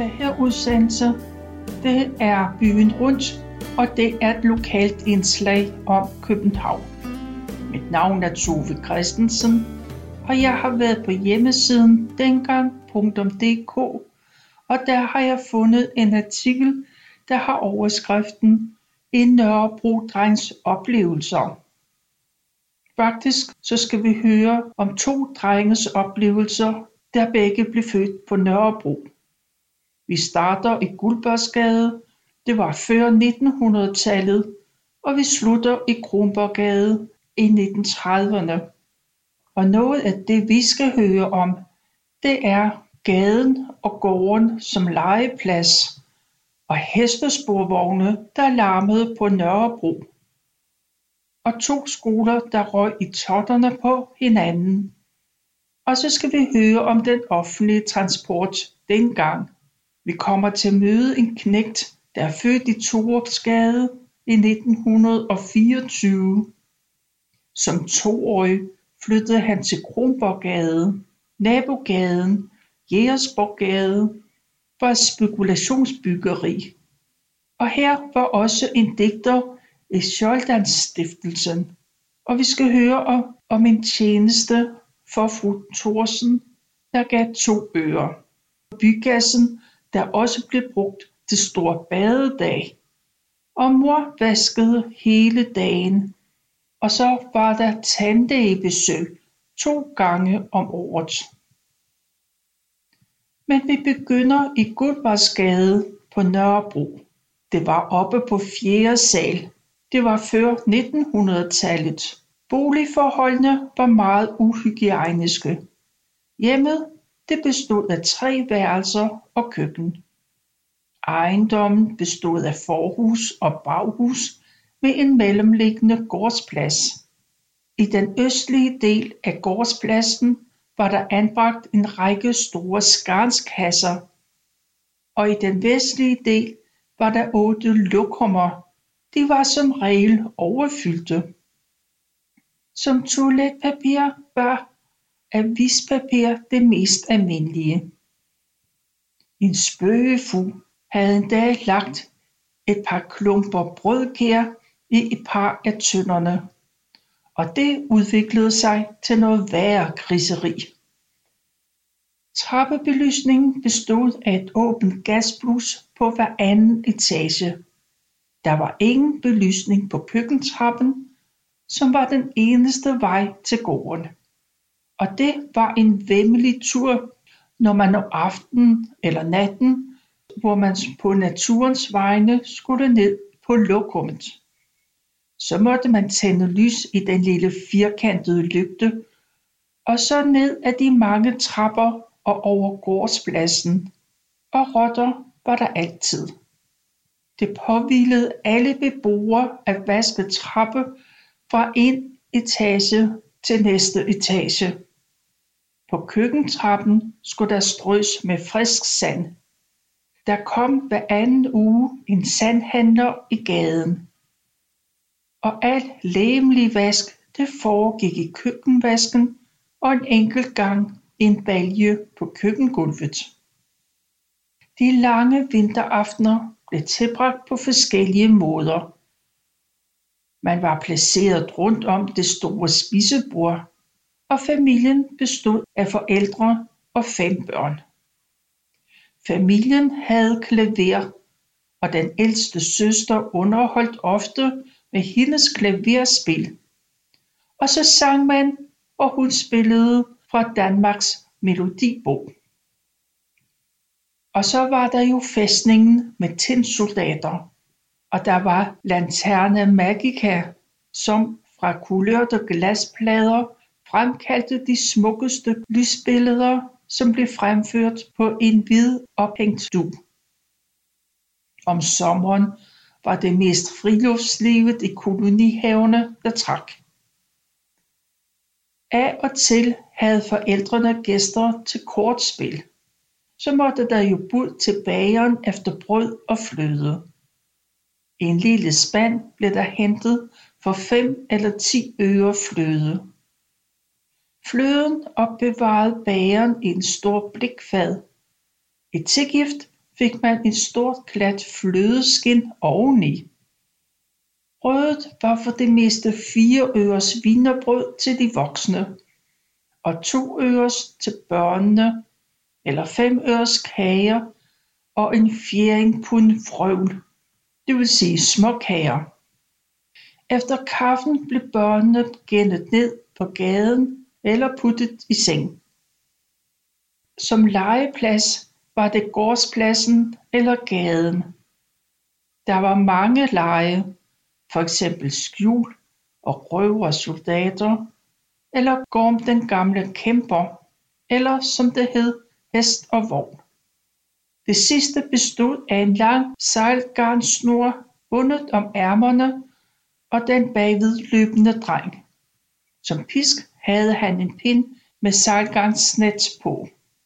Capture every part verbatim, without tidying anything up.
Den her udsendelse, det er Byen Rundt, og det er et lokalt indslag om København. Mit navn er Tove Christensen, og jeg har været på hjemmesiden dengang punktum d k, og der har jeg fundet en artikel, der har overskriften En Nørrebro-drengs oplevelser. Faktisk så skal vi høre om to drenges oplevelser, der begge blev født på Nørrebro. Vi starter i Guldborgsgade, det var før nitten hundrede-tallet, og vi slutter i Kronborggade i nitten trediverne. Og noget af det, vi skal høre om, det er gaden og gården som legeplads, og hestesporvogne, der larmede på Nørrebro. Og to skoler, der røg i totterne på hinanden. Og så skal vi høre om den offentlige transport dengang. Vi kommer til at møde en knægt, der er født i Torupsgade i nitten fireogtyve. Som toårig flyttede han til Kronborggade. Nabogaden, Jægersborggade, var spekulationsbyggeri. Og her var også en digter i Skjoldandsstiftelsen. Og vi skal høre om, om en tjeneste for fru Thorsen, der gav to øre. Bygassen, der også blev brugt til stor badedag. Og mor vaskede hele dagen. Og så var der tandlægebesøg to gange om året. Men vi begynder i Guldborgsgade på Nørrebro. Det var oppe på fjerde sal. Det var før nitten hundrede-tallet. Boligforholdene var meget uhygiejniske. Hjemmet det bestod af tre værelser og køkken. Ejendommen bestod af forhus og baghus med en mellemliggende gårdsplads. I den østlige del af gårdspladsen var der anbragt en række store skarnskasser, og i den vestlige del var der otte lokummer. De var som regel overfyldte. Som toiletpapir var avispapir det mest almindelige. En spøgefugl havde endda lagt et par klumper brødkær i et par af tønderne, og det udviklede sig til noget værre griseri. Trappebelysningen bestod af et åbent gasblus på hver anden etage. Der var ingen belysning på køkkentrappen, som var den eneste vej til gården. Og det var en væmmelig tur, når man om aftenen eller natten, hvor man på naturens vegne skulle ned på lokummet. Så måtte man tænde lys i den lille firkantede lygte, og så ned ad de mange trapper og over gårdspladsen. Og rotter var der altid. Det påhvilede alle beboere at vaske trappe fra en etage til næste etage. På køkkentrappen skulle der strøs med frisk sand. Der kom hver anden uge en sandhandler i gaden. Og al legemlig vask, det foregik i køkkenvasken og en enkelt gang en balje på køkkengulvet. De lange vinteraftener blev tilbragt på forskellige måder. Man var placeret rundt om det store spisebord, og familien bestod af forældre og fem børn. Familien havde klaver, og den ældste søster underholdt ofte med hendes klaverspil. Og så sang man, og hun spillede fra Danmarks Melodibog. Og så var der jo fæstningen med tinsoldater, og der var Lanterna Magica, som fra kulørte glasplader fremkaldte de smukkeste lysbilleder, som blev fremført på en hvid ophængt dug. Om sommeren var det mest friluftslivet i kolonihaverne, der trak. Af og til havde forældrene gæster til kortspil. Så måtte der jo bud til bageren efter brød og fløde. En lille spand blev der hentet for fem eller ti øre fløde. Fløden opbevarede bageren i en stor blikfad. I tilgift fik man en stort klat flødeskin oveni. Brødet var for det meste fire øres wienerbrød til de voksne, og to øres til børnene, eller fem øres kager og en fjerding pund vrøvl, det vil sige småkager. Efter kaffen blev børnene gennet ned på gaden eller puttet i seng. Som legeplads var det gårdspladsen eller gaden. Der var mange lege, for eksempel skjul og røversoldater, eller Gorm den gamle kæmper, eller som det hed, hest og vogn. Det sidste bestod af en lang sejlgarnsnor bundet om ærmerne og den bagved løbende dreng. Som pisk havde han en pind med sejlgarnsnet på.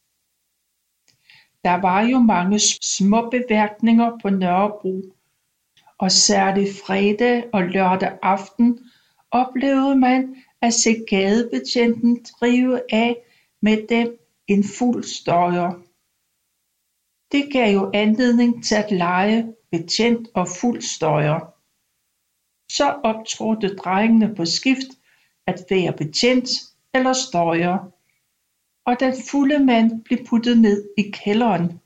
Der var jo mange små beværtninger på Nørrebro, og særligt fredag og lørdag aften oplevede man at se gadebetjenten drive af med dem en fuld støjer. Det gav jo anledning til at lege betjent og fuld støjer. Så optrådte drengene på skift at være betjent eller støjer, og den fulde mand blev puttet ned i kælderen.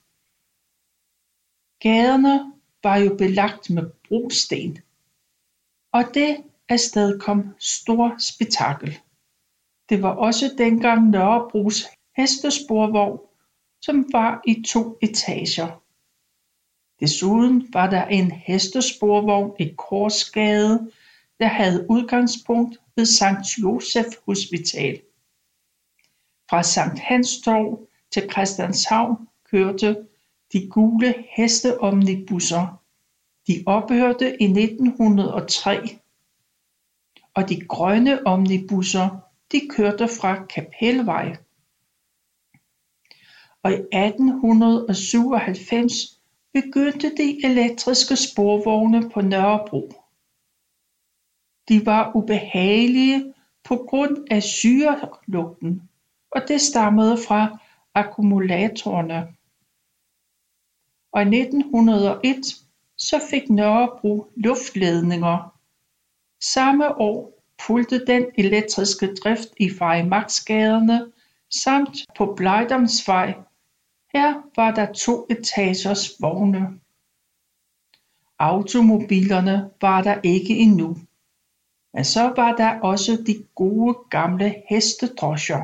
Gaderne var jo belagt med brosten, og det afstedkom stor spektakel. Det var også dengang Nørrebros hestesporvogn, som var i to etager. Desuden var der en hestesporvogn i Korsgade, der havde udgangspunkt ved Sankt Josef Hospital. Fra Sankt Hans Torv til Christianshavn kørte de gule hesteomnibusser. De ophørte i nitten hundrede og tre, og de grønne omnibusser de kørte fra Kapelvej. Og i atten syvoghalvfems begyndte de elektriske sporvogne på Nørrebro. De var ubehagelige på grund af syrelugten, og det stammede fra akkumulatorerne. Og i nitten hundrede og et så fik Nørrebro luftledninger. Samme år fulgte den elektriske drift i Farimagsgaderne samt på Blejdomsvej. Her var der to etagers vogne. Automobilerne var der ikke endnu, men så var der også de gode gamle hestedroscher.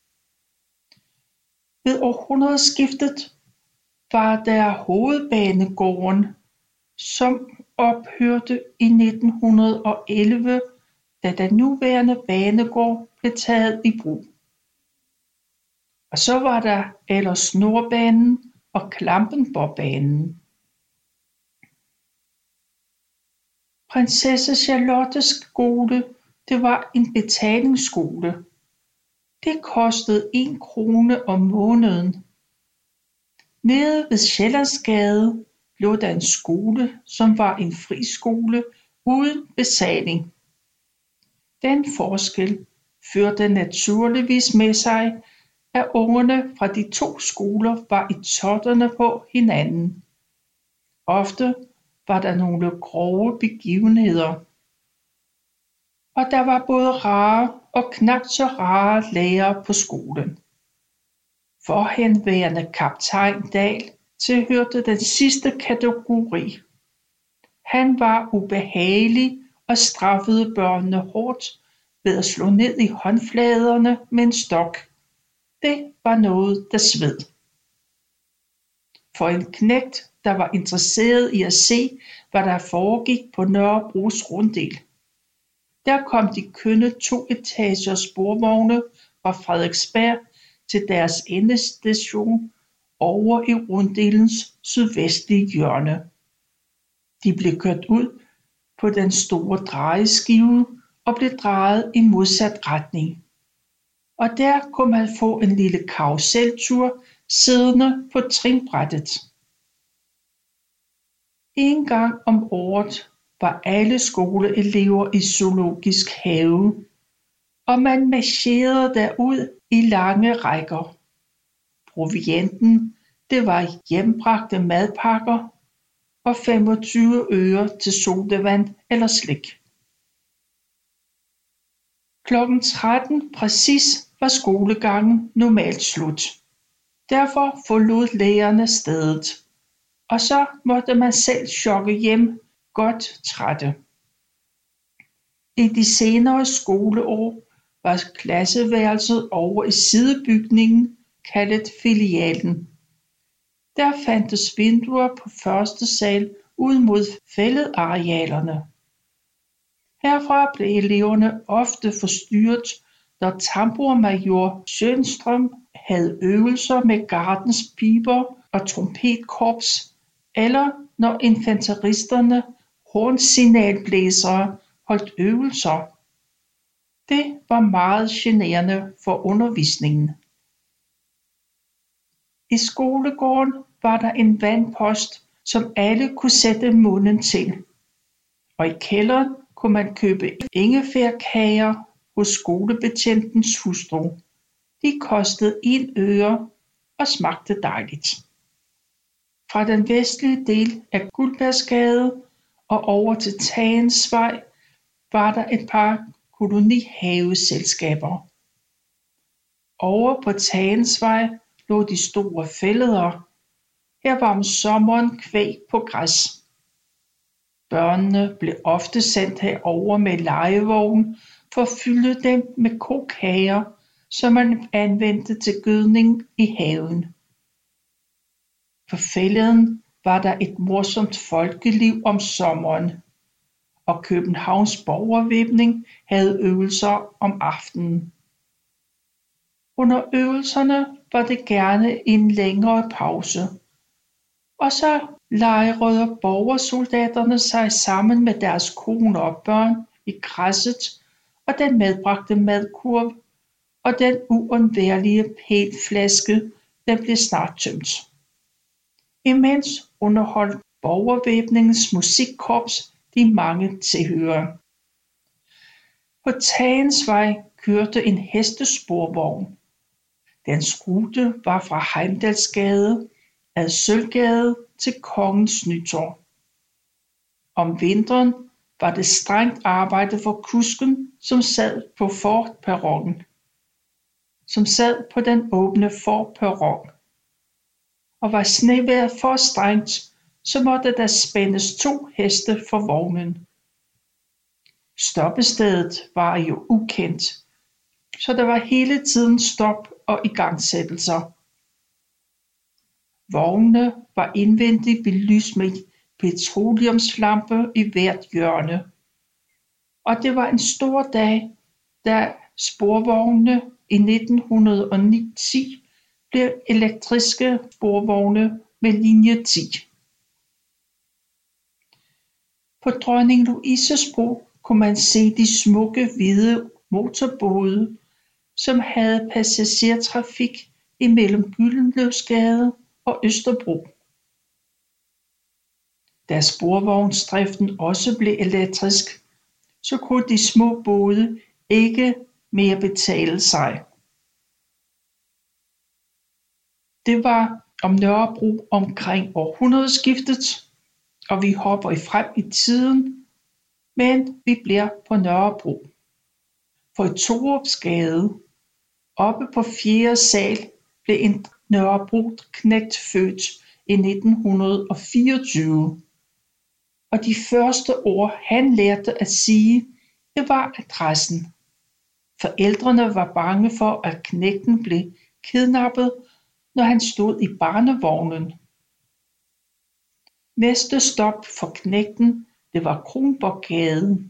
Ved århundredeskiftet var der Hovedbanegården, som ophørte i nitten hundrede og elleve, da den nuværende banegård blev taget i brug. Og så var der ellers Nordbanen og Klampenborgbanen. Prinsesse Charlottes skole, det var en betalingsskole. Det kostede en krone om måneden. Nede ved Sjællandsgade lå der en skole, som var en friskole uden betaling. Den forskel førte naturligvis med sig, at ungerne fra de to skoler var i totterne på hinanden. Ofte var der nogle grove begivenheder, og der var både rare og knap så rare lærere på skolen. Forhenværende kaptajn Dahl tilhørte den sidste kategori. Han var ubehagelig og straffede børnene hårdt ved at slå ned i håndfladerne med en stok. Det var noget, der sved. For en knægt, der var interesseret i at se, hvad der foregik på Nørrebros runddel. Der kom de kønne to-etagers sporvogne fra Frederiksberg til deres endestation over i runddelens sydvestlige hjørne. De blev kørt ud på den store drejeskive og blev drejet i modsat retning. Og der kunne man få en lille karuseltur siddende på trinbrættet. En gang om året var alle skoleelever i zoologisk have, og man marcherede derud i lange rækker. Provianten, det var hjembragte madpakker og femogtyve øre til sodavand eller slik. Klokken tretten præcis var skolegangen normalt slut. Derfor forlod lærerne stedet, og så måtte man selv jogge hjem godt trætte. I de senere skoleår var klasseværelset over i sidebygningen kaldet filialen. Der fandtes vinduer på første sal ud mod fældearealerne. Herfra blev eleverne ofte forstyrret, når tambourmajor Schönström havde øvelser med gardens piber og trompetkorps, eller når infanteristerne hornsignalblæsere holdt øvelser. Det var meget generende for undervisningen. I skolegården var der en vandpost, som alle kunne sætte munden til, og i kælderen kunne man købe ingefærkager hos skolebetjentens hustru. De kostede en øre og smagte dejligt. Fra den vestlige del af Guldbergsgade og over til Tagensvej var der et par kolonihaveselskaber. Over på Tagensvej lå de store fælleder. Her var om sommeren kvæg på græs. Børnene blev ofte sendt herover med legevogn for at fylde dem med kokager, som man anvendte til gødning i haven. På fælleden var der et morsomt folkeliv om sommeren, og Københavns Borgervæbning havde øvelser om aftenen. Under øvelserne var det gerne en længere pause, og så lejrede borgersoldaterne sig sammen med deres koner og børn i græsset og den medbragte madkurv og den uundværlige pælflaske, den blev snart tømt. Imens underholdt Borgervæbningens musikkorps de mange tilhørere. På Tagensvej kørte en hestesporvogn. Dens rute var fra Heimdalsgade ad Sølvgade til Kongens Nytorv. Om vinteren var det strengt arbejde for kusken, som sad på forperronen, som sad på den åbne forperron. Og var snevejret for strengt, så måtte der spændes to heste for vognen. Stoppestedet var jo ukendt, så der var hele tiden stop og igangsættelser. Vognene var indvendigt belyst med petroleumslampe i hvert hjørne. Og det var en stor dag, da sporvognene i nitten hundrede ni ti blev elektriske sporvogne med linje ti. På Dronning Louises Bro kunne man se de smukke hvide motorbåde, som havde passagertrafik imellem Gyldenløvsgade og Østerbro. Da sporvognsdriften også blev elektrisk, så kunne de små både ikke mere betale sig. Det var om Nørrebro omkring århundredeskiftet, og vi hopper i frem i tiden, men vi bliver på Nørrebro. For i Torupsgade, oppe på fjerde sal, blev en Nørrebro-knægt født i nitten fireogtyve. Og de første ord, han lærte at sige, det var adressen. Forældrene var bange for, at knægten blev kidnappet, når han stod i barnevognen. Næste stop for knægten, det var Kronborggade.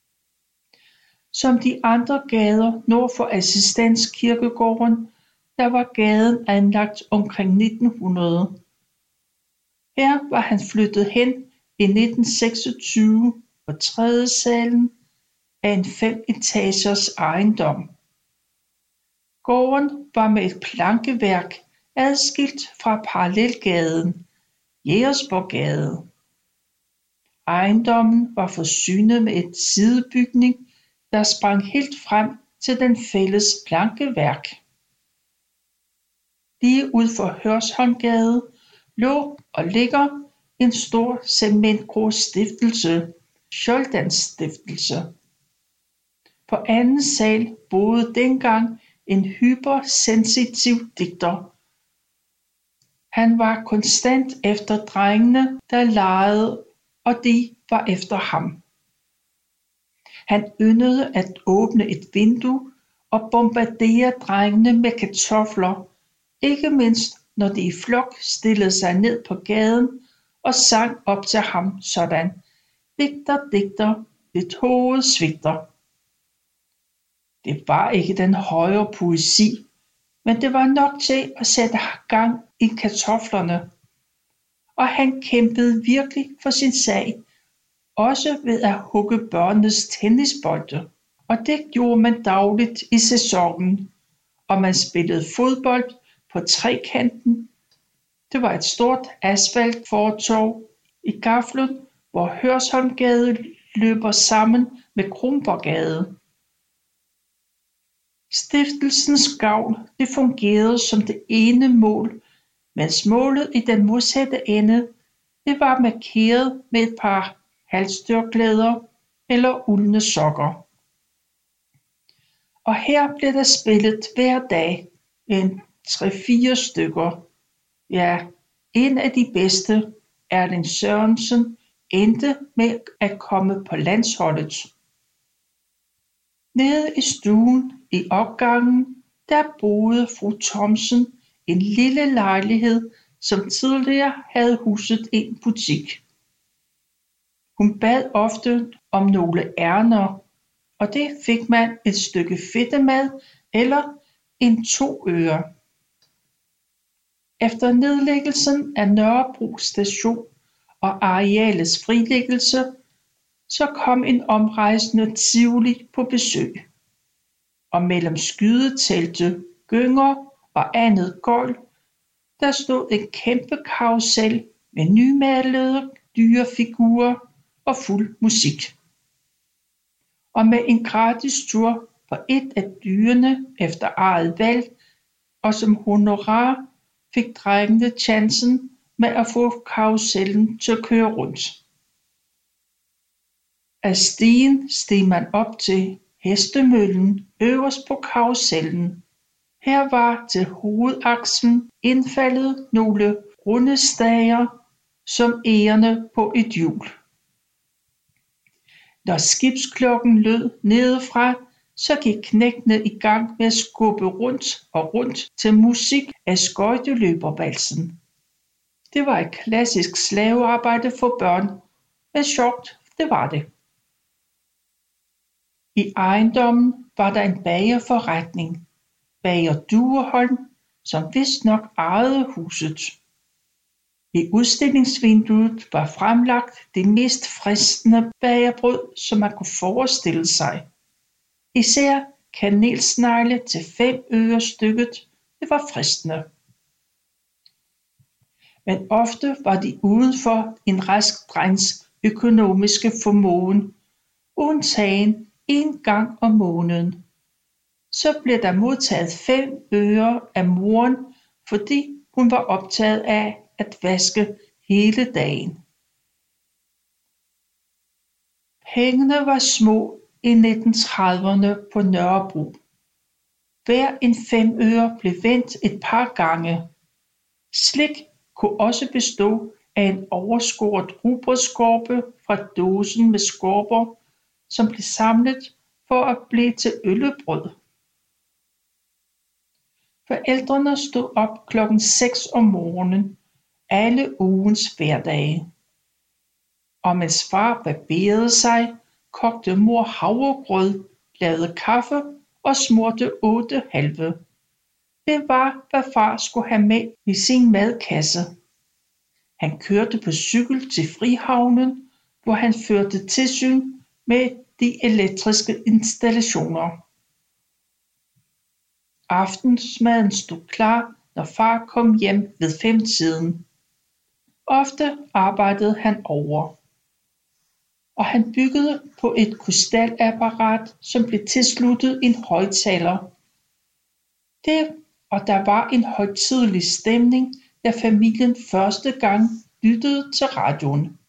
Som de andre gader nord for Assistenskirkegården, der var gaden anlagt omkring nitten hundrede. Her var han flyttet hen i nitten seksogtyve på tredje salen af en fem etagers ejendom. Gården var med et plankeværk adskilt fra parallelgaden, Jægersborggade. Ejendommen var forsynet med et sidebygning, der sprang helt frem til den fælles plankeværk. Lige ud for Hørsholmgade lå og ligger en stor cementgrå stiftelse, Skjoldans Stiftelse. På anden sal boede dengang en hypersensitiv digter. Han var konstant efter drengene, der legede, og de var efter ham. Han yndede at åbne et vindue og bombardere drengene med kartofler, ikke mindst når de i flok stillede sig ned på gaden og sang op til ham sådan: digter, digter, dit hoved svigter. Det var ikke den højere poesi, men det var nok til at sætte gang i kartoflerne. Og han kæmpede virkelig for sin sag, også ved at hugge børnenes tennisbolde. Og det gjorde man dagligt i sæsonen, og man spillede fodbold på trekanten. Det var et stort asfaltfortov i Gaflen, hvor Hørsholmgade løber sammen med Kronborggade. Stiftelsens gavn det fungerede som det ene mål, mens målet i den modsatte ende det var markeret med et par halstørklæder eller uldne sokker. Og her blev der spillet hver dag en tre-fire stykker. Ja, en af de bedste, Erling Sørensen, endte med at komme på landsholdet. Nede i stuen i opgangen, der boede fru Thomsen, en lille lejlighed, som tidligere havde huset en butik. Hun bad ofte om nogle ærner, og det fik man et stykke fedtemad eller en to øre. Efter nedlæggelsen af Nørrebro Station og arealets frilæggelse, så kom en omrejsende Tivoli på besøg. Og mellem skydetelte, gynger og andet gulv, der stod en kæmpe karrusel med nymalede dyrefigurer og fuld musik. Og med en gratis tur på et af dyrene efter eget valg, og som honorar fik drengene chancen med at få karrusellen til at køre rundt. Af stigen steg man op til hestemøllen øverst på karrusellen. Her var til hovedakslen indfaldet nogle runde stager som ærerne på et hjul. Når skibsklokken lød nedefra, så gik knægtene i gang med at skubbe rundt og rundt til musik af skøjteløbervalsen. Det var et klassisk slavearbejde for børn, men sjovt, det var det. I ejendommen var der en bagerforretning, Bager Dueholm, som vist nok ejede huset. I udstillingsvinduet var fremlagt det mest fristende bagerbrød, som man kunne forestille sig. Især kanelsnegle til fem øre stykket, det var fristende. Men ofte var de uden for en rask drengs økonomiske formåen, undtagen en gang om måneden. Så blev der modtaget fem øre af moren, fordi hun var optaget af at vaske hele dagen. Pengene var små i nitten trediverne på Nørrebro. Hver en fem øre blev vendt et par gange. Slik kunne også bestå af en overskåret rugbrødskorpe fra dåsen med skorper, som blev samlet for at blive til øllebrød. Forældrene stod op klokken seks om morgenen, alle ugens hverdage. Og mens far barberede sig, kogte mor havregrød, lavede kaffe og smurte otte halve. Det var, hvad far skulle have med i sin madkasse. Han kørte på cykel til Frihavnen, hvor han førte tilsyn med de elektriske installationer. Aftensmaden stod klar, når far kom hjem ved femtiden. Ofte arbejdede han over. Og han byggede på et krystalapparat, som blev tilsluttet en højttaler. Det og der var en højtidelig stemning, da familien første gang lyttede til radioen.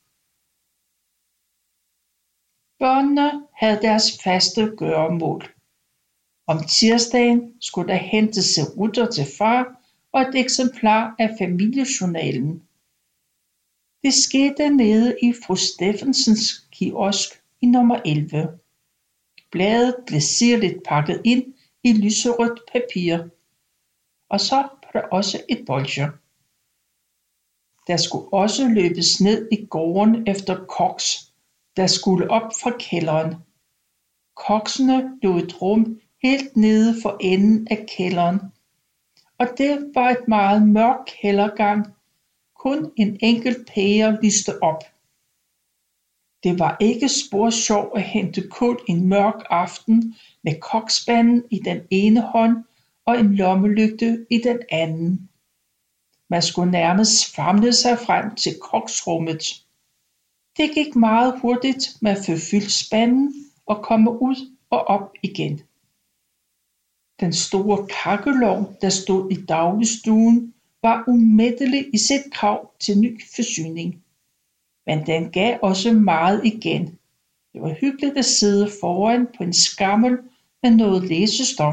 Børnene havde deres faste gøremål. Om tirsdagen skulle der hentes cerutter til far og et eksemplar af familiejournalen. Det skete nede i fru Steffensens kiosk i nummer elleve. Bladet blev sirligt pakket ind i lyserødt papir. Og så var der også et bolsje. Der skulle også løbes ned i gården efter koks, der skulle op fra kælderen. Koksene lå et rum helt nede for enden af kælderen, og det var et meget mørk kældergang. Kun en enkelt pære lyste op. Det var ikke spor sjov at hente kul en mørk aften med koksspanden i den ene hånd og en lommelygte i den anden. Man skulle nærmest famle sig frem til koksrummet. Det gik meget hurtigt med at få fyldt spanden og komme ud og op igen. Den store kakkelovn, der stod i dagligstuen, var umættelig i sit krav til ny forsyning. Men den gav også meget igen. Det var hyggeligt at sidde foran på en skammel med noget læsestof.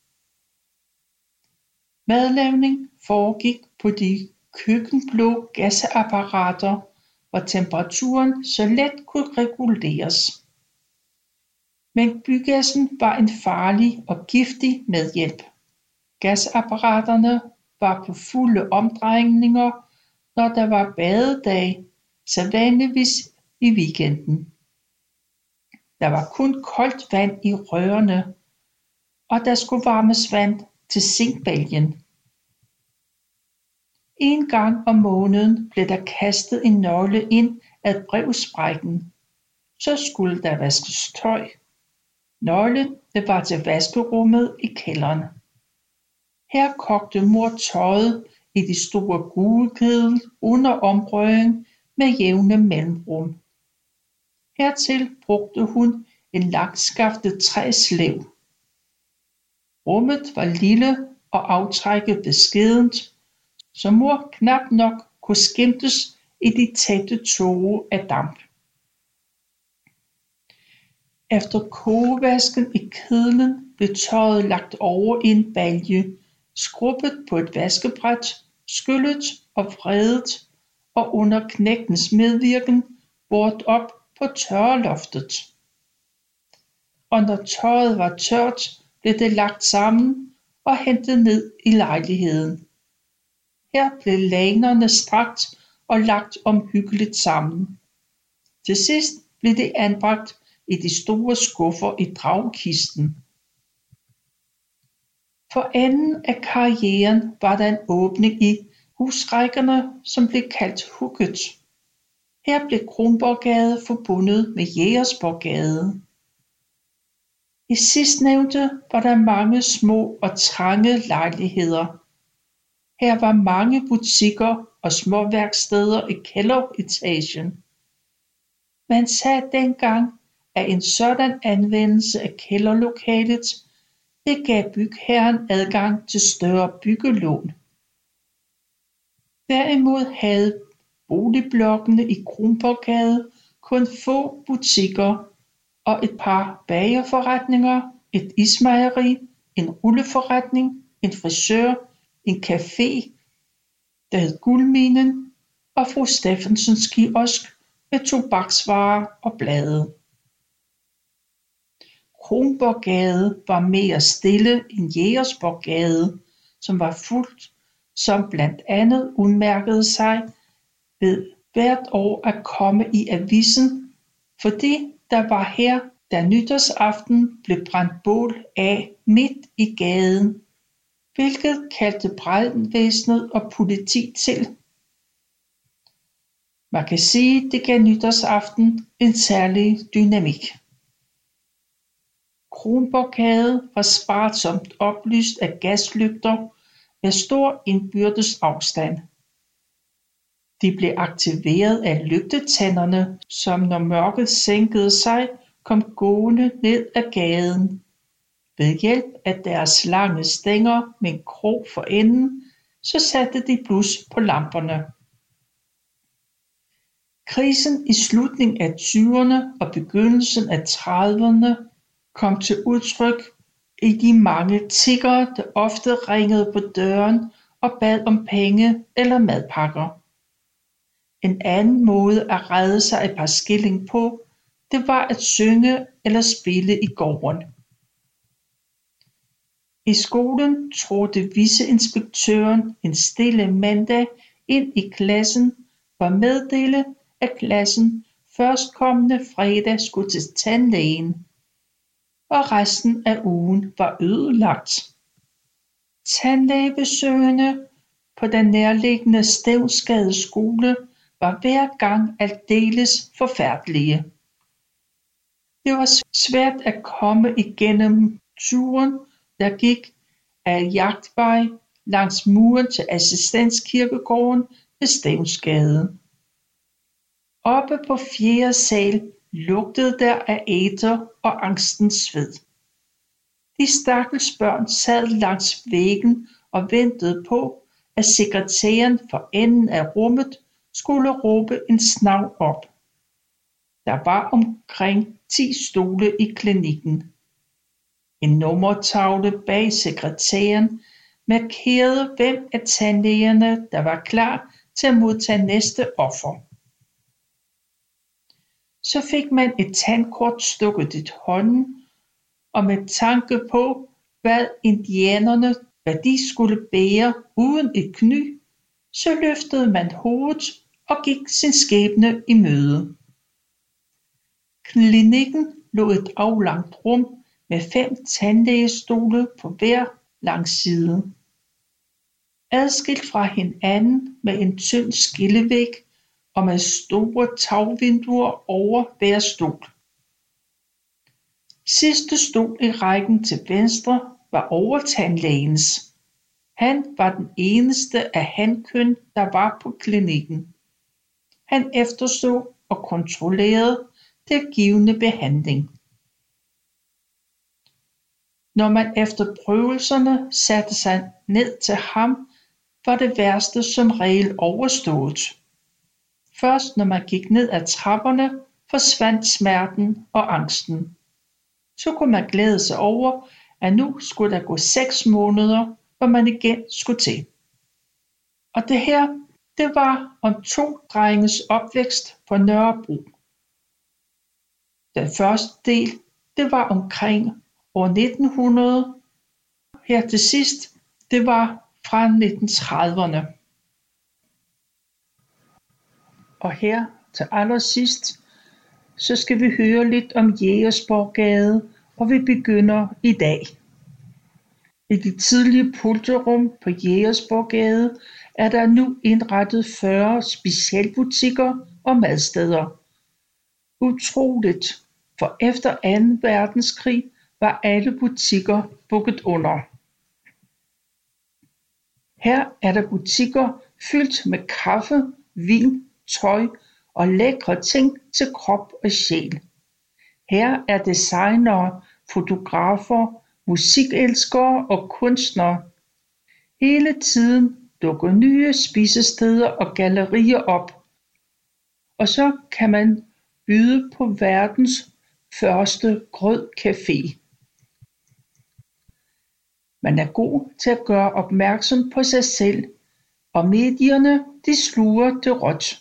Madlavning foregik på de køkkenblå gasapparater, hvor temperaturen så let kunne reguleres. Men bygassen var en farlig og giftig medhjælp. Gasapparaterne var på fulde omdrejninger, når der var badedag, sædvanligvis i weekenden. Der var kun koldt vand i rørene, og der skulle varmes vand til zinkbælgen. En gang om måneden blev der kastet en nøgle ind ad brevsprækken. Så skulle der vaskes tøj. Nøglen det var til vaskerummet i kælderen. Her kogte mor tøjet i de store gudekedel under omrøring med jævne mellemrum. Hertil brugte hun en langskaftet træslev. Rummet var lille og aftrækket beskedent, så mor knap nok kunne skimtes i de tætte tåger af damp. Efter kogevasken i kedlen blev tøjet lagt over i en balje, skrubbet på et vaskebræt, skyllet og vredet, og under knægtens medvirken båret op på tørreloftet. Og når tøjet var tørt, blev det lagt sammen og hentet ned i lejligheden. Her blev lagnerne strakt og lagt omhyggeligt sammen. Til sidst blev det anbragt i de store skuffer i dragkisten. For enden af karrieren var der en åbning i husrækkerne, som blev kaldt hugget. Her blev Kronborggade forbundet med Jægersborggade. I sidstnævnte var der mange små og trange lejligheder. Her var mange butikker og små værksteder i kælderetagen. Man sagde dengang, at en sådan anvendelse af kælderlokalet, det gav bygherren adgang til større byggelån. Derimod havde boligblokkene i Kronborggade kun få butikker og et par bagerforretninger, et ismejeri, en rulleforretning, en frisør, en café, der hed Guldminen, og fru Steffensens kiosk med tobaksvarer og blade. Kronborggade var mere stille end Jægersborggade, som var fuldt, som blandt andet udmærkede sig ved hvert år at komme i avisen, fordi der var her, da nytårsaften blev brændt bål af midt i gaden, hvilket kaldte brandvæsenet og politi til. Man kan sige, det gav nytårsaften en særlig dynamik. Kronborggade var sparsomt oplyst af gaslygter med stor indbyrdes afstand. De blev aktiveret af lygtetænderne, som når mørket sænkede sig, kom gående ned ad gaden. Ved hjælp af deres lange stænger med en krog for enden, så satte de blus på lamperne. Krisen i slutningen af tyverne og begyndelsen af trediverne kom til udtryk i de mange tiggere, der ofte ringede på døren og bad om penge eller madpakker. En anden måde at redde sig et par skilling på, det var at synge eller spille i gården. I skolen trådte viceinspektøren en stille mandag ind i klassen for at meddele, at klassen førstkommende fredag skulle til tandlægen, og resten af ugen var ødelagt. Tandlægebesøgene på den nærliggende Stevnsgade skole var hver gang aldeles forfærdelige. Det var svært at komme igennem turen, der gik af Jagtvej langs muren til Assistenskirkegården ved Stevnsgade. Oppe på fjerde sal lugtede der af æter og angstens sved. De stakkels børn sad langs væggen og ventede på, at sekretæren for enden af rummet skulle råbe en navn op. Der var omkring ti stole i klinikken. En nummertavle bag sekretæren markerede, hvem af tandlægerne, der var klar til at modtage næste offer. Så fik man et tandkort stukket i hånden, og med tanke på, hvad indianerne, hvad de skulle bære uden et kny, så løftede man hovedet og gik sin skæbne i møde. Klinikken lå et aflangt rum med fem tandlægestole på hver lang side. Adskilt fra hinanden med en tynd skillevæg og med store tagvinduer over hver stol. Sidste stol i rækken til venstre var overtandlægens. Han var den eneste af hankøn, der var på klinikken. Han efterså og kontrollerede den givne behandling. Når man efter prøvelserne satte sig ned til ham, var det værste som regel overstået. Først når man gik ned ad trapperne, forsvandt smerten og angsten. Så kunne man glæde sig over, at nu skulle der gå seks måneder, hvor man igen skulle til. Og det her, det var om to drenges opvækst på Nørrebro. Den første del, det var omkring år nitten hundrede. Her til sidst, det var fra nitten trediverne. Og her til allersidst, så skal vi høre lidt om Jægersborggade, og vi begynder i dag. I det tidlige pulterum på Jægersborggade er der nu indrettet fyrre specialbutikker og madsteder. Utroligt, for efter anden verdenskrig var alle butikker bukket under. Her er der butikker fyldt med kaffe, vin, tøj og lækre ting til krop og sjæl. Her er designere, fotografer, musikelskere og kunstnere. Hele tiden dukker nye spisesteder og gallerier op. Og så kan man byde på verdens første grødcafé. Man er god til at gøre opmærksom på sig selv, og medierne de sluger det råt.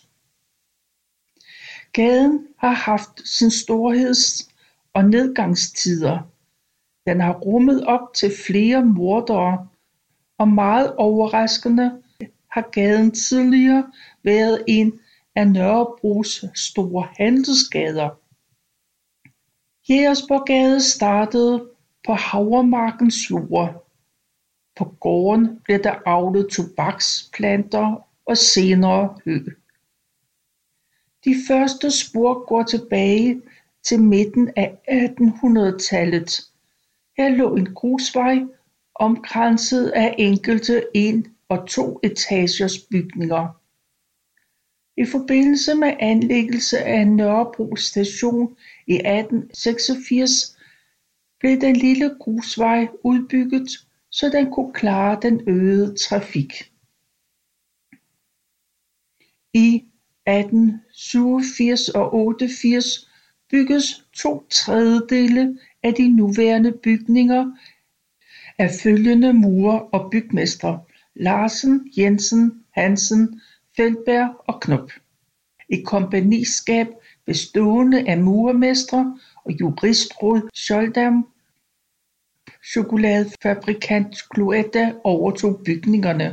Gaden har haft sin storheds- og nedgangstider. Den har rummet op til flere mordere, og meget overraskende har gaden tidligere været en af Nørrebros store handelsgader. Jægersborggade startede på Havremarkens jord. På gården blev der avlet tobaksplanter og senere hø. De første spor går tilbage til midten af attenhundredetallet. Her lå en grusvej omkranset af enkelte en- og to etagers bygninger. I forbindelse med anlæggelse af Nørrebro station i atten seksogfirs blev den lille grusvej udbygget, så den kunne klare den øgede trafik. I atten syvogfirs og otteogfirs bygges to tredjedele af de nuværende bygninger af følgende murer og bygmestre: Larsen, Jensen, Hansen, Feldberg og Knop. Et kompagniskab bestående af murermestre og juristråd Skjoldam, chokoladefabrikant Cloetta overtog bygningerne.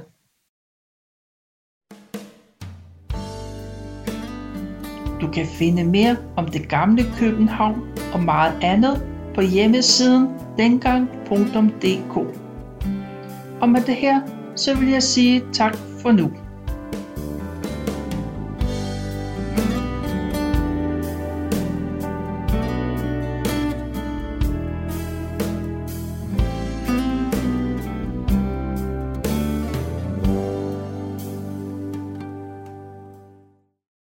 Du kan finde mere om det gamle København og meget andet på hjemmesiden dengang punktum d k. Og med det her, så vil jeg sige tak for nu.